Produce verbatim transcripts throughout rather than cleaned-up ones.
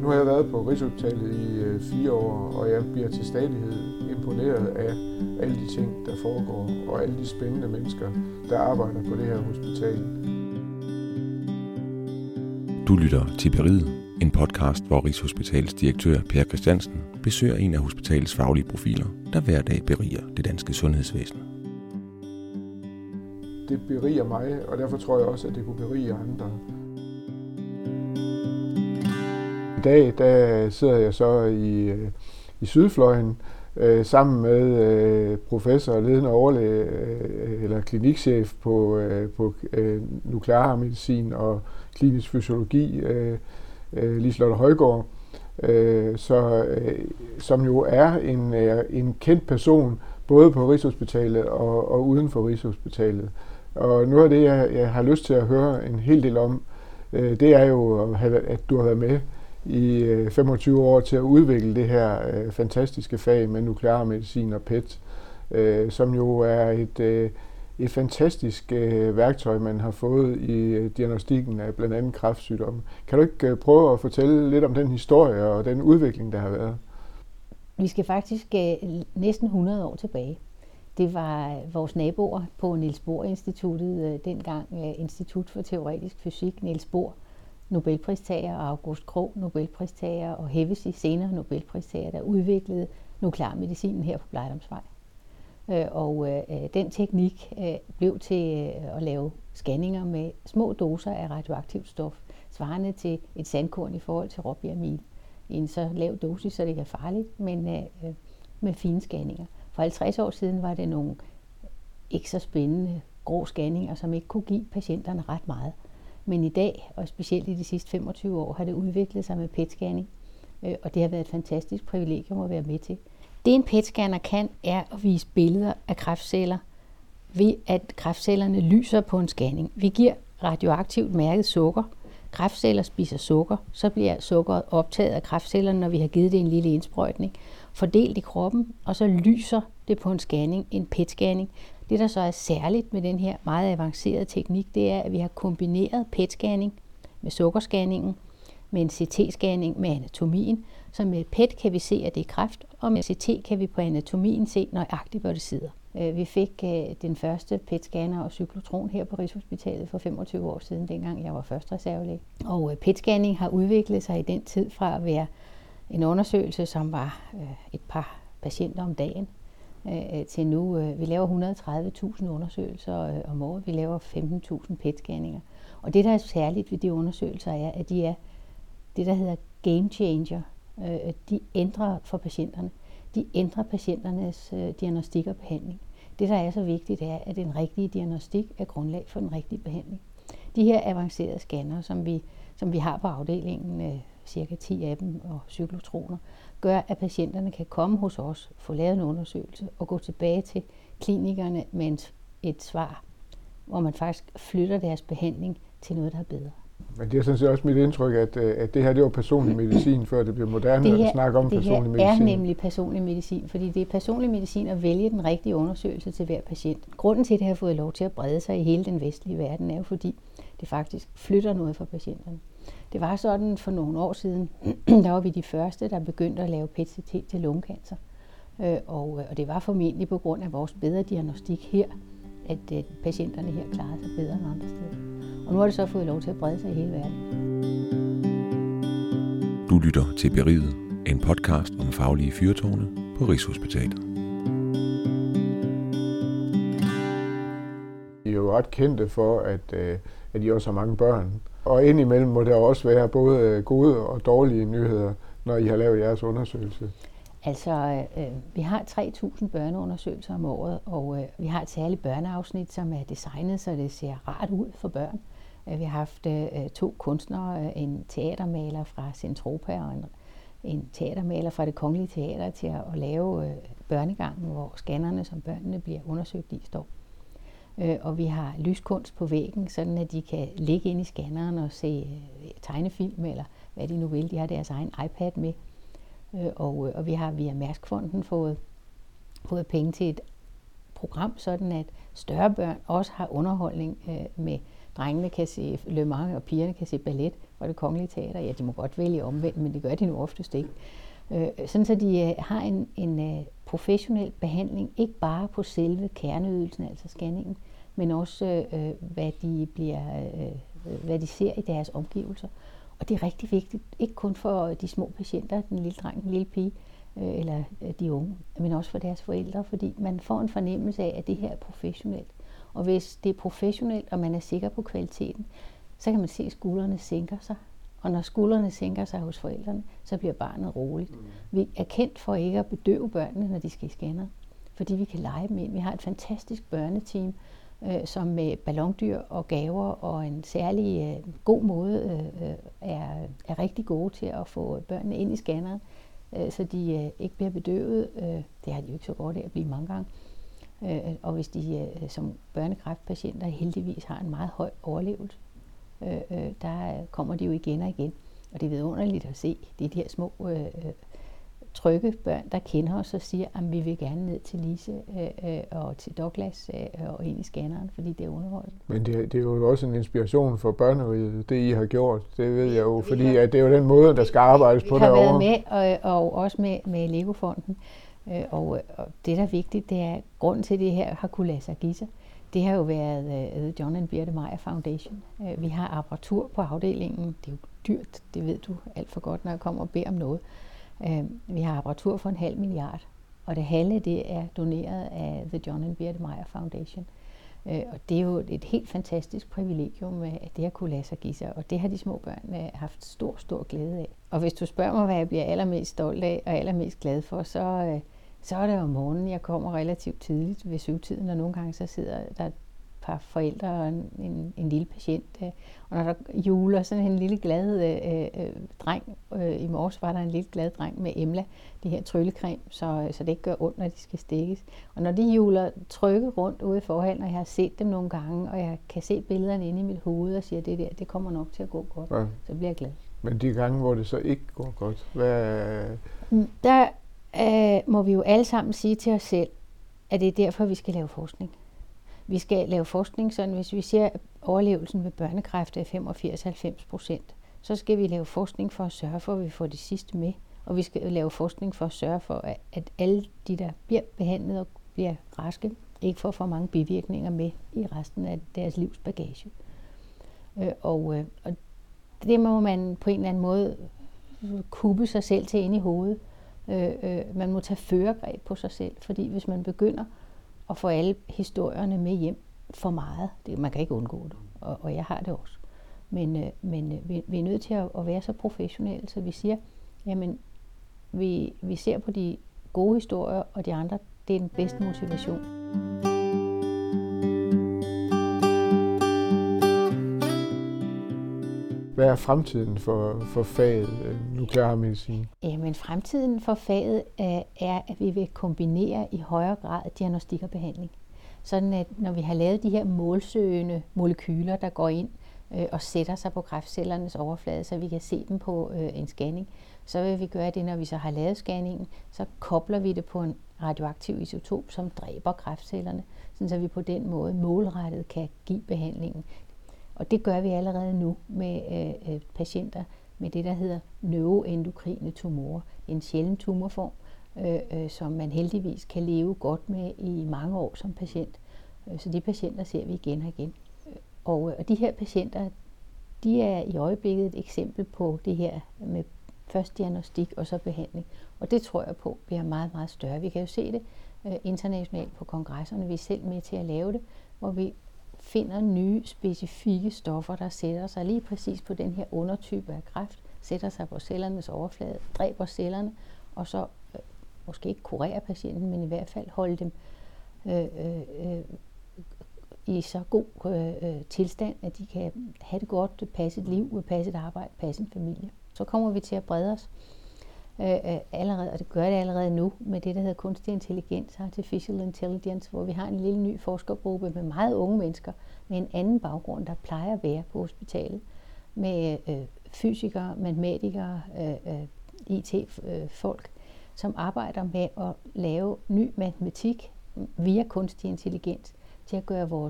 har jeg været på Rigshospitalet i øh, fire år, og jeg bliver til stadighed imponeret af alle de ting, der foregår, og alle de spændende mennesker, der arbejder på det her hospital. Du lytter til Beriget, en podcast, hvor Rigshospitalets direktør Per Christiansen besøger en af hospitalets faglige profiler, der hver dag beriger det danske sundhedsvæsen. Det beriger mig, og derfor tror jeg også, at det kunne berige andre. I dag der sidder jeg så i, i Sydfløjen øh, sammen med øh, professor og ledende overlæge øh, eller klinikchef på, øh, på øh, nuklearmedicin og klinisk fysiologi, øh, øh, Liselotte Højgaard, øh, så, øh, som jo er en, øh, en kendt person både på Rigshospitalet og, og uden for Rigshospitalet. Og noget af det, jeg, jeg har lyst til at høre en hel del om, øh, det er jo, at du har været med i femogtyve år til at udvikle det her øh, fantastiske fag med nuklearmedicin og P E T, øh, som jo er et, øh, et fantastisk øh, værktøj, man har fået i øh, diagnostikken af blandt andet kræftsygdomme. Kan du ikke øh, prøve at fortælle lidt om den historie og den udvikling, der har været? Vi skal faktisk øh, næsten hundrede år tilbage. Det var vores naboer på Niels Bohr Instituttet, øh, dengang øh, Institut for Teoretisk Fysik, Niels Bohr, Nobelpristager, og August Krogh, Nobelpristager, og Hevesy, senere Nobelpristager, der udviklede nuklearmedicinen her på Blejdomsvej. Og øh, den teknik øh, blev til øh, at lave scanninger med små doser af radioaktivt stof, svarende til et sandkorn i forhold til råbjergmil. I en så lav dosis, så det ikke er farligt, men øh, med fine scanninger. For halvtreds år siden var det nogle ikke så spændende grå scanninger, som ikke kunne give patienterne ret meget. Men i dag, og specielt i de sidste femogtyve år, har det udviklet sig med P E T-scanning, og det har været et fantastisk privilegium at være med til. Det en P E T-scanner kan, er at vise billeder af kræftceller, ved at kræftcellerne lyser på en scanning. Vi giver radioaktivt mærket sukker. Kræftceller spiser sukker, så bliver sukkeret optaget af kræftcellerne, når vi har givet det en lille indsprøjtning, fordelt i kroppen, og så lyser det på en scanning, en P E T-scanning. Det, der så er særligt med den her meget avancerede teknik, det er, at vi har kombineret P E T-scanning med sukkerscanningen, med en C T-scanning med anatomien. Så med P E T kan vi se, at det er kræft, og med C T kan vi på anatomien se nøjagtigt, hvor det sidder. Vi fik den første P E T-scanner og cyklotron her på Rigshospitalet for femogtyve år siden, dengang jeg var første reservelæge. Og P E T-scanning har udviklet sig i den tid fra at være en undersøgelse, som var et par patienter om dagen, til nu. Vi laver et hundrede og tredive tusind undersøgelser om året. Vi laver femten tusind P E T-scanninger. Og det, der er særligt ved de undersøgelser, er, at de er det, der hedder game changer. De ændrer for patienterne. De ændrer patienternes diagnostik og behandling. Det, der er så vigtigt, er, at den rigtige diagnostik er grundlag for den rigtige behandling. De her avancerede scanner, som vi, som vi har på afdelingen, cirka ti af dem, og cyklotroner, gør, at patienterne kan komme hos os, få lavet en undersøgelse og gå tilbage til klinikerne med et svar, hvor man faktisk flytter deres behandling til noget, der er bedre. Men det er sådan set også mit indtryk, at, at det her det var personlig medicin, før det blev moderne det her, at snakke om personlig medicin. Det her er nemlig personlig medicin, fordi det er personlig medicin at vælge den rigtige undersøgelse til hver patient. Grunden til, at det har fået lov til at brede sig i hele den vestlige verden, er jo fordi det faktisk flytter noget for patienterne. Det var sådan for nogle år siden, der var vi de første, der begyndte at lave P E T-C T til lungekancer. Og, og det var formentlig på grund af vores bedre diagnostik her, at uh, patienterne her klarede sig bedre end andre steder. Og nu har det så fået lov til at brede sig i hele verden. Du lytter til Beriget, en podcast om faglige fyrtårne på Rigshospitalet. I er jo ret kendte for, at, at I også har mange børn. Og indimellem må der også være både gode og dårlige nyheder, når I har lavet jeres undersøgelse. Altså, øh, vi har tre tusind børneundersøgelser om året, og øh, vi har et særligt børneafsnit, som er designet, så det ser rart ud for børn. Øh, vi har haft øh, to kunstnere, en teatermaler fra Centropa og en, en teatermaler fra Det Kongelige Teater til at, at lave øh, børnegangen, hvor scannerne, som børnene bliver undersøgt i, står. Øh, og vi har lyskunst på væggen, sådan at de kan ligge ind i scanneren og se øh, tegnefilm, eller hvad de nu vil. De har deres egen iPad med. Og, og vi har via Mærskfonden fået, fået penge til et program, sådan at større børn også har underholdning øh, med drengene kan se Le Mans, og pigerne kan se ballet fra Det Kongelige Teater. Ja, de må godt vælge omvendt, men det gør de nu oftest ikke. Øh, sådan så de øh, har en, en øh, professionel behandling, ikke bare på selve kerneydelsen, altså scanningen, men også øh, hvad de bliver, øh, hvad de ser i deres omgivelser. Og det er rigtig vigtigt, ikke kun for de små patienter, den lille dreng, den lille pige, øh, eller øh, de unge, men også for deres forældre, fordi man får en fornemmelse af, at det her er professionelt. Og hvis det er professionelt, og man er sikker på kvaliteten, så kan man se, at skuldrene sænker sig. Og når skuldrene sænker sig hos forældrene, så bliver barnet roligt. Mm. Vi er kendt for ikke at bedøve børnene, når de skal i scanner, fordi vi kan lege dem ind. Vi har et fantastisk børneteam, øh, som med ballondyr og gaver og en særlig øh, god måde øh, er, er rigtig gode til at få børnene ind i scanneren, øh, så de øh, ikke bliver bedøvet. Øh, det har de jo ikke så godt af at blive mange gange. Øh, og hvis de øh, som børnekræftpatienter heldigvis har en meget høj overlevelse, øh, øh, der kommer de jo igen og igen. Og det er vidunderligt at se. Det er de her små øh, trygge børn, der kender os og siger, at vi vil gerne ned til Lise øh, øh, og til Douglas øh, og ind i scanneren, fordi det er underholdende. Men det, det er jo også en inspiration for børneriget, det I har gjort. Det ved jeg jo, fordi at det er jo den måde, der skal arbejdes på derovre. Vi har været med, og, og også med, med Legofonden. Og, og det, der er vigtigt, det er, grunden til, at det her har kunne lade sig give sig, det har jo været uh, The John and Birthe Meyer Foundation. Uh, vi har apparatur på afdelingen. Det er jo dyrt, det ved du alt for godt, når jeg kommer og beder om noget. Uh, vi har apparatur for en halv milliard, og det halve det er doneret af The John and Birthe Meyer Foundation. Uh, og det er jo et helt fantastisk privilegium, at det har kunne lade sig give sig, og det har de små børn uh, haft stor, stor glæde af. Og hvis du spørger mig, hvad jeg bliver allermest stolt af og allermest glad for, så, uh, så er det om morgenen. Jeg kommer relativt tidligt ved syvtiden, og nogle gange så sidder der et par forældre og en, en, en lille patient. Uh, og når der juler sådan en lille glad uh, uh, dreng, uh, i morges var der en lille glad dreng med Emla, det her tryllecreme, så, så det ikke gør ondt, når de skal stikkes. Og når de juler trygge rundt ude i forhallen, og jeg har set dem nogle gange, og jeg kan se billederne inde i mit hoved og siger, det der, det kommer nok til at gå godt, ja. Så bliver jeg glad. Men de gange, hvor det så ikke går godt, hvad... Der øh, må vi jo alle sammen sige til os selv, at det er derfor, vi skal lave forskning. Vi skal lave forskning, sådan hvis vi ser overlevelsen ved børnekræft er femogfirs til halvfems procent, så skal vi lave forskning for at sørge for, at vi får det sidste med. Og vi skal lave forskning for at sørge for, at alle de, der bliver behandlet og bliver raske, ikke får for mange bivirkninger med i resten af deres livs bagage. Øh, og, øh, og det må man på en eller anden måde kubbe sig selv til ind i hovedet. Øh, øh, man må tage førergreb på sig selv, fordi hvis man begynder at få alle historierne med hjem for meget, det, man kan ikke undgå det, og, og jeg har det også. Men, øh, men øh, vi, vi er nødt til at, at være så professionelle, så vi siger, jamen, vi, vi ser på de gode historier, og de andre, det er den bedste motivation. Hvad er fremtiden for, for faget nuklearmedicin? Jamen, fremtiden for faget er, er, at vi vil kombinere i højere grad diagnostik og behandling. Sådan at når vi har lavet de her målsøgende molekyler, der går ind øh, og sætter sig på kræftcellernes overflade, så vi kan se dem på øh, en scanning, så vil vi gøre det, når vi så har lavet scanningen, så kobler vi det på en radioaktiv isotop, som dræber kræftcellerne, så vi på den måde målrettet kan give behandlingen. Og det gør vi allerede nu med øh, øh, patienter med det, der hedder neuroendokrine tumorer. En sjælden tumorform, øh, øh, som man heldigvis kan leve godt med i mange år som patient. Så de patienter ser vi igen og igen. Og, og de her patienter, de er i øjeblikket et eksempel på det her med først diagnostik og så behandling. Og det tror jeg på bliver meget, meget større. Vi kan jo se det øh, internationalt på kongresserne. Vi er selv med til at lave det, hvor vi finder nye specifikke stoffer, der sætter sig lige præcis på den her undertype af kræft, sætter sig på cellernes overflade, dræber cellerne, og så øh, måske ikke kurerer patienten, men i hvert fald holde dem øh, øh, i så god øh, tilstand, at de kan have det godt, passe et liv, passe et arbejde, passe en familie. Så kommer vi til at brede os øh, allerede, og det gør det allerede nu, med det, der hedder kunstig intelligens, artificial intelligence, hvor vi har en lille ny forskergruppe med meget unge mennesker, med en anden baggrund, der plejer at være på hospitalet, med øh, fysikere, matematikere, øh, øh, I T-folk, øh, som arbejder med at lave ny matematik via kunstig intelligens, til at gøre vores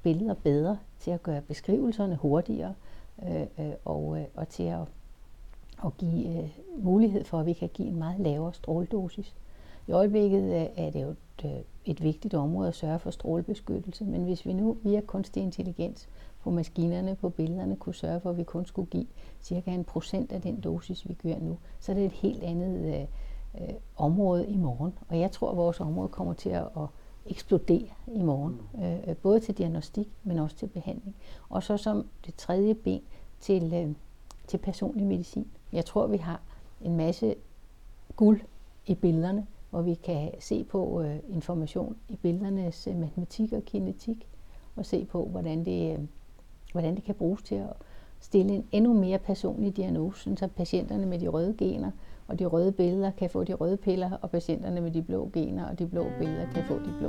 billeder bedre, til at gøre beskrivelserne hurtigere, øh, øh, og, øh, og til at, at give øh, mulighed for, at vi kan give en meget lavere stråledosis. I øjeblikket øh, er det jo et, øh, et vigtigt område at sørge for strålebeskyttelse, men hvis vi nu via kunstig intelligens på maskinerne, på billederne, kunne sørge for, at vi kun skulle give cirka en procent af den dosis, vi gør nu, så er det et helt andet øh, øh, område i morgen. Og jeg tror, at vores område kommer til at, at eksplodere i morgen, øh, både til diagnostik, men også til behandling. Og så som det tredje ben til, øh, til personlig medicin. Jeg tror, vi har en masse guld i billederne, hvor vi kan se på øh, information i billedernes øh, matematik og kinetik, og se på, hvordan det, øh, hvordan det kan bruges til at stille en endnu mere personlig diagnose, så patienterne med de røde gener og de røde billeder kan få de røde piller, og patienterne med de blå gener og de blå billeder kan få de blå.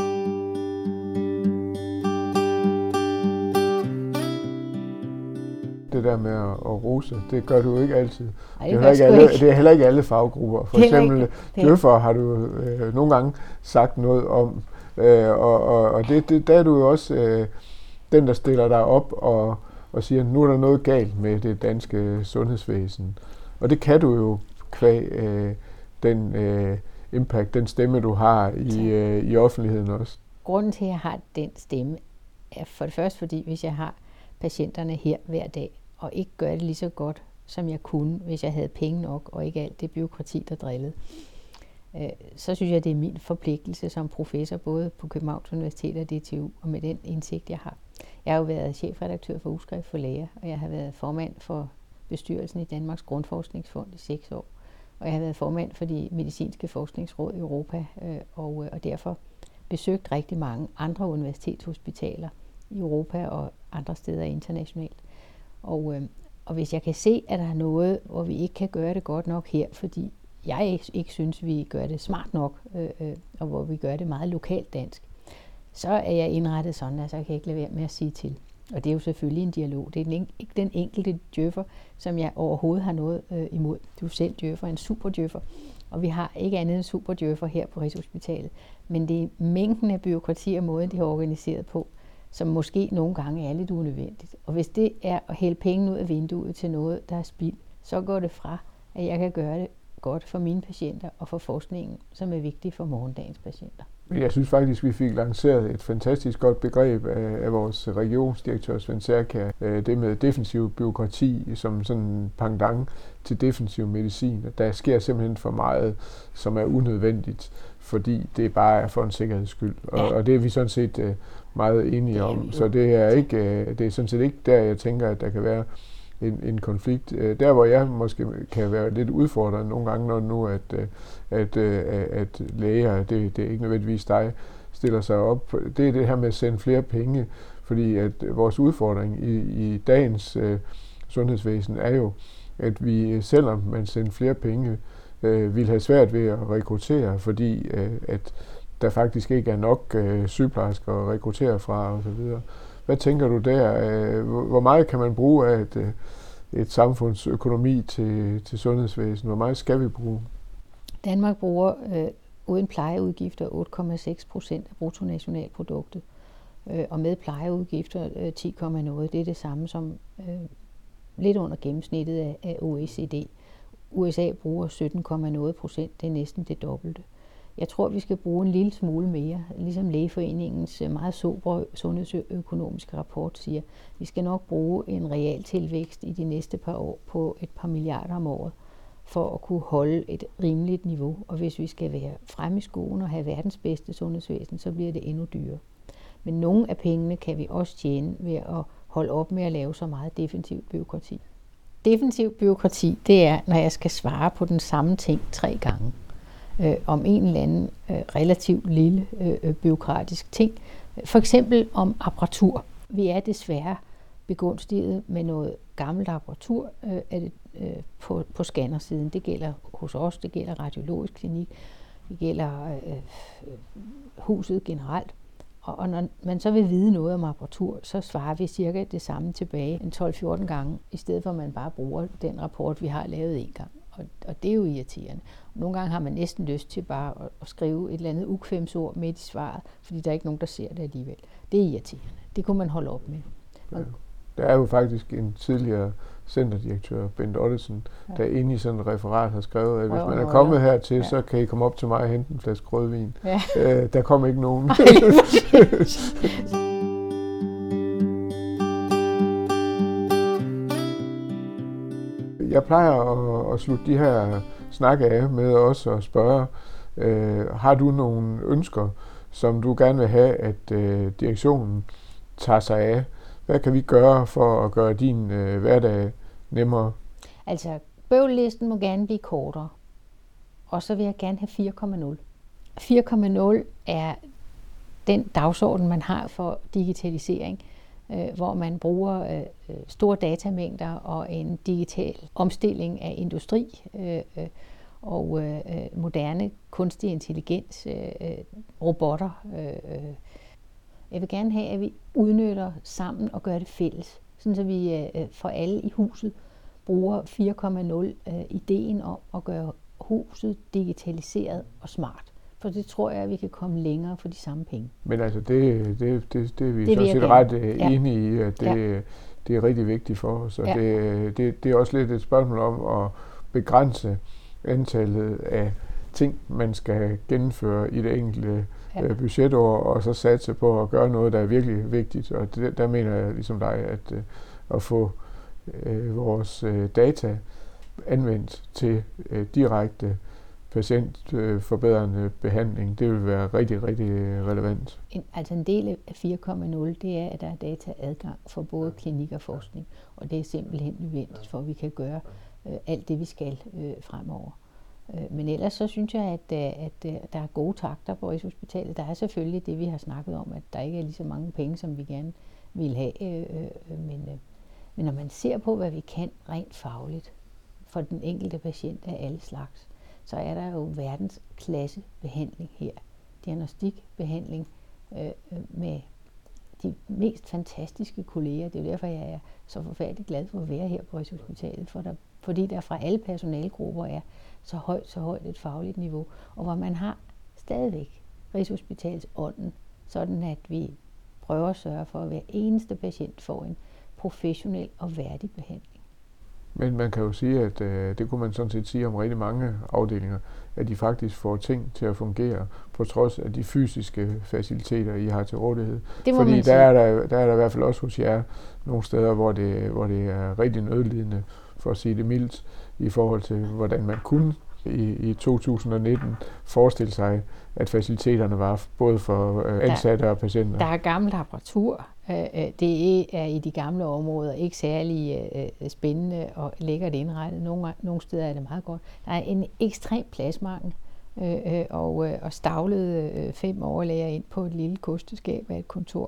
Det der med at, at rose, det gør du jo ikke altid. Ej, det, det, er ikke alle, ikke. det er heller ikke alle faggrupper. For eksempel djøffer har du øh, nogle gange sagt noget om, øh, og, og, og det, det, der er du jo også øh, den, der stiller dig op og, og siger, nu er der noget galt med det danske sundhedsvæsen. Og det kan du jo kvæg øh, den øh, impact, den stemme, du har i, øh, i offentligheden også. Grunden til, at jeg har den stemme, er for det første, fordi hvis jeg har patienterne her hver dag, og ikke gør det lige så godt, som jeg kunne, hvis jeg havde penge nok, og ikke alt det bureaukrati, der drillede, øh, så synes jeg, det er min forpligtelse som professor, både på Københavns Universitet og D T U, og med den indsigt, jeg har. Jeg har jo været chefredaktør for Ugeskrift for Læger, og jeg har været formand for bestyrelsen i Danmarks Grundforskningsfond i seks år. Og jeg har været formand for de medicinske forskningsråd i Europa, øh, og, og derfor besøgt rigtig mange andre universitetshospitaler i Europa og andre steder internationalt. Og, øh, og hvis jeg kan se, at der er noget, hvor vi ikke kan gøre det godt nok her, fordi jeg ikke, ikke synes, vi gør det smart nok, øh, øh, og hvor vi gør det meget lokalt dansk, så er jeg indrettet sådan, at så kan jeg ikke lade være med at sige til. Og det er jo selvfølgelig en dialog. Det er den, ikke den enkelte djøffer, som jeg overhovedet har noget øh, imod. Du er selv djøffer, en super djøffer. Og vi har ikke andet end super djøffer her på Rigshospitalet. Men det er mængden af bureaukrati og måden, de har organiseret på, som måske nogle gange er lidt unødvendigt. Og hvis det er at hælde penge ud af vinduet til noget, der er spild, så går det fra, at jeg kan gøre det godt for mine patienter og for forskningen, som er vigtig for morgendagens patienter. Jeg synes faktisk, vi fik lanceret et fantastisk godt begreb af, af vores regionsdirektør Svend Serkjær. Det med defensiv bureaukrati som sådan en pendant til defensiv medicin. Der sker simpelthen for meget, som er unødvendigt, fordi det bare er for en sikkerheds skyld. Og, ja. og det er vi sådan set meget enige om. Så det er, ikke, det er sådan set ikke der, jeg tænker, at der kan være En, en konflikt. Der, hvor jeg måske kan være lidt udfordrende nogle gange, når nu, at, at, at læger, det, det er ikke nødvendigvis dig, stiller sig op, det er det her med at sende flere penge, fordi at vores udfordring i, i dagens uh, sundhedsvæsen er jo, at vi, selvom man sender flere penge, uh, vil have svært ved at rekruttere, fordi uh, at der faktisk ikke er nok uh, sygeplejersker at rekruttere fra osv. Hvad tænker du der? Hvor meget kan man bruge af et, et samfunds økonomi til, til sundhedsvæsen? Hvor meget skal vi bruge? Danmark bruger øh, uden plejeudgifter otte komma seks procent af bruttonationalproduktet, øh, og med plejeudgifter øh, ti komma nul. Det er det samme som øh, lidt under gennemsnittet af, af O E C D. U S A bruger sytten komma nul procent, det er næsten det dobbelte. Jeg tror, vi skal bruge en lille smule mere, ligesom Lægeforeningens meget sobre sundhedsøkonomiske rapport siger. Vi skal nok bruge en real tilvækst i de næste par år på et par milliarder om året, for at kunne holde et rimeligt niveau. Og hvis vi skal være fremme i skoen og have verdens bedste sundhedsvæsen, så bliver det endnu dyrere. Men nogle af pengene kan vi også tjene ved at holde op med at lave så meget defensivt bureaukrati. Defensivt bureaukrati, det er, når jeg skal svare på den samme ting tre gange. Øh, om en eller anden øh, relativt lille øh, byråkratisk ting. For eksempel om apparatur. Vi er desværre begunstiget med noget gammelt apparatur øh, er det, øh, på, på scannersiden. Det gælder hos os, det gælder radiologisk klinik, det gælder øh, huset generelt. Og, og når man så vil vide noget om apparatur, så svarer vi cirka det samme tilbage en tolv fjorten gange, i stedet for at man bare bruger den rapport, vi har lavet en gang. Og, og det er jo irriterende. Nogle gange har man næsten lyst til bare at, at skrive et eller andet ukvemsord midt i svaret, fordi der er ikke nogen, der ser det alligevel. Det er irriterende. det kunne man holde op med. Ja. Der er jo faktisk en tidligere centerdirektør, Bent Ottesen, ja. der inde i sådan et referat har skrevet, at hvis man er kommet hertil, ja. så kan I komme op til mig og hente en flaske rødvin. Ja. Øh, der kom ikke nogen. Jeg plejer at, at slutte de her snakke af med også at spørge, øh, har du nogle ønsker, som du gerne vil have, at øh, direktionen tager sig af? Hvad kan vi gøre for at gøre din øh, hverdag nemmere? Altså, bøvllisten må gerne blive kortere, og så vil jeg gerne have fire komma nul. fire komma nul er den dagsorden, man har for digitalisering, øh, hvor man bruger øh, store datamængder og en digital omstilling af industri øh, og øh, moderne kunstig intelligens, øh, robotter. Øh, Jeg vil gerne have, at vi udnytter sammen og gør det fælles, sådan så vi øh, for alle i huset bruger fire komma nul øh, ideen om at gøre huset digitaliseret og smart. For det tror jeg, at vi kan komme længere for de samme penge. Men altså, det, det, det, det er vi sådan set ret øh, ja. enige i, at det, ja. det er rigtig vigtigt for os. Og ja. det, det, det er også lidt et spørgsmål om at begrænse antallet af ting, man skal gennemføre i det enkelte ja. budgetår, og så satse på at gøre noget, der er virkelig vigtigt. Og det, der mener jeg ligesom dig, at uh, at få uh, vores uh, data anvendt til uh, direkte patientforbedrende uh, behandling, det vil være rigtig, rigtig relevant. En, altså en del af fire komma nul, det er, at der er dataadgang for både klinik og forskning, og det er simpelthen nødvendigt, for at vi kan gøre uh, alt det, vi skal uh, fremover. Men ellers så synes jeg, at, at der er gode takter på Rigshospitalet. Der er selvfølgelig det, vi har snakket om, at der ikke er lige så mange penge, som vi gerne vil have. Men, men når man ser på, hvad vi kan rent fagligt for den enkelte patient af alle slags, så er der jo verdensklasse behandling her. Diagnostikbehandling med de mest fantastiske kolleger. Det er jo derfor, jeg er så forfærdeligt glad for at være her på Rigshospitalet, for der, fordi der fra alle personalegrupper er så højt, så højt et fagligt niveau, og hvor man har stadigvæk Rigshospitals ånden, sådan at vi prøver at sørge for, at hver eneste patient får en professionel og værdig behandling. Men man kan jo sige, at øh, det kunne man sådan set sige om rigtig mange afdelinger, at de faktisk får ting til at fungere, på trods af de fysiske faciliteter, I har til rådighed. Fordi der er der, der er der i hvert fald også hos jer nogle steder, hvor det, hvor det er rigtig nødlidende, for at sige det mildt, i forhold til, hvordan man kunne i, i to tusind nitten forestille sig, at faciliteterne var både for ansatte der, og patienter. Der er gammel apparatur. Det er i de gamle områder ikke særlig spændende og lækkert indrettet. Nogle, nogle steder er det meget godt. Der er en ekstrem pladsmangel, og, og stavlede fem overlæger ind på et lille kosteskab af et kontor.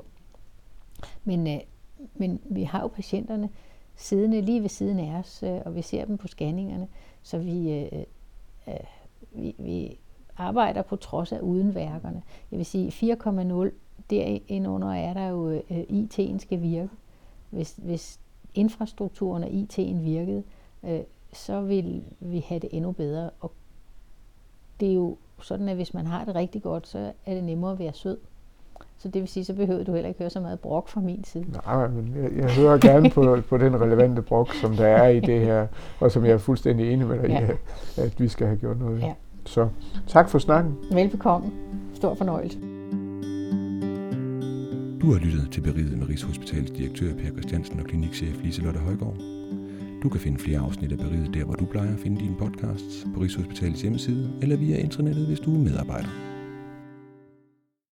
Men, men vi har jo patienterne siddende lige ved siden af os, og vi ser dem på scanningerne, så vi, øh, øh, vi, vi arbejder på trods af udenværkerne. Jeg vil sige, fire komma nul, derunder er der jo, øh, I T'en skal virke. Hvis, hvis infrastrukturen og I T'en virkede, øh, så vil vi have det endnu bedre. Og det er jo sådan, at hvis man har det rigtig godt, så er det nemmere at være sød. Så det vil sige, så behøver du heller ikke høre så meget brok fra min side. Nej, men jeg, jeg hører gerne på, på den relevante brok, som der er i det her, og som jeg er fuldstændig enig med dig ja. i, at, at vi skal have gjort noget. Ja. Så tak for snakken. Velbekomme. Stor fornøjelse. Du har lyttet til Beriget med Rigshospitalets direktør Per Christiansen og klinikchef Liselotte Højgaard. Du kan finde flere afsnit af Beriget der, hvor du plejer at finde dine podcasts, på Rigshospitalets hjemmeside eller via internettet, hvis du er medarbejder.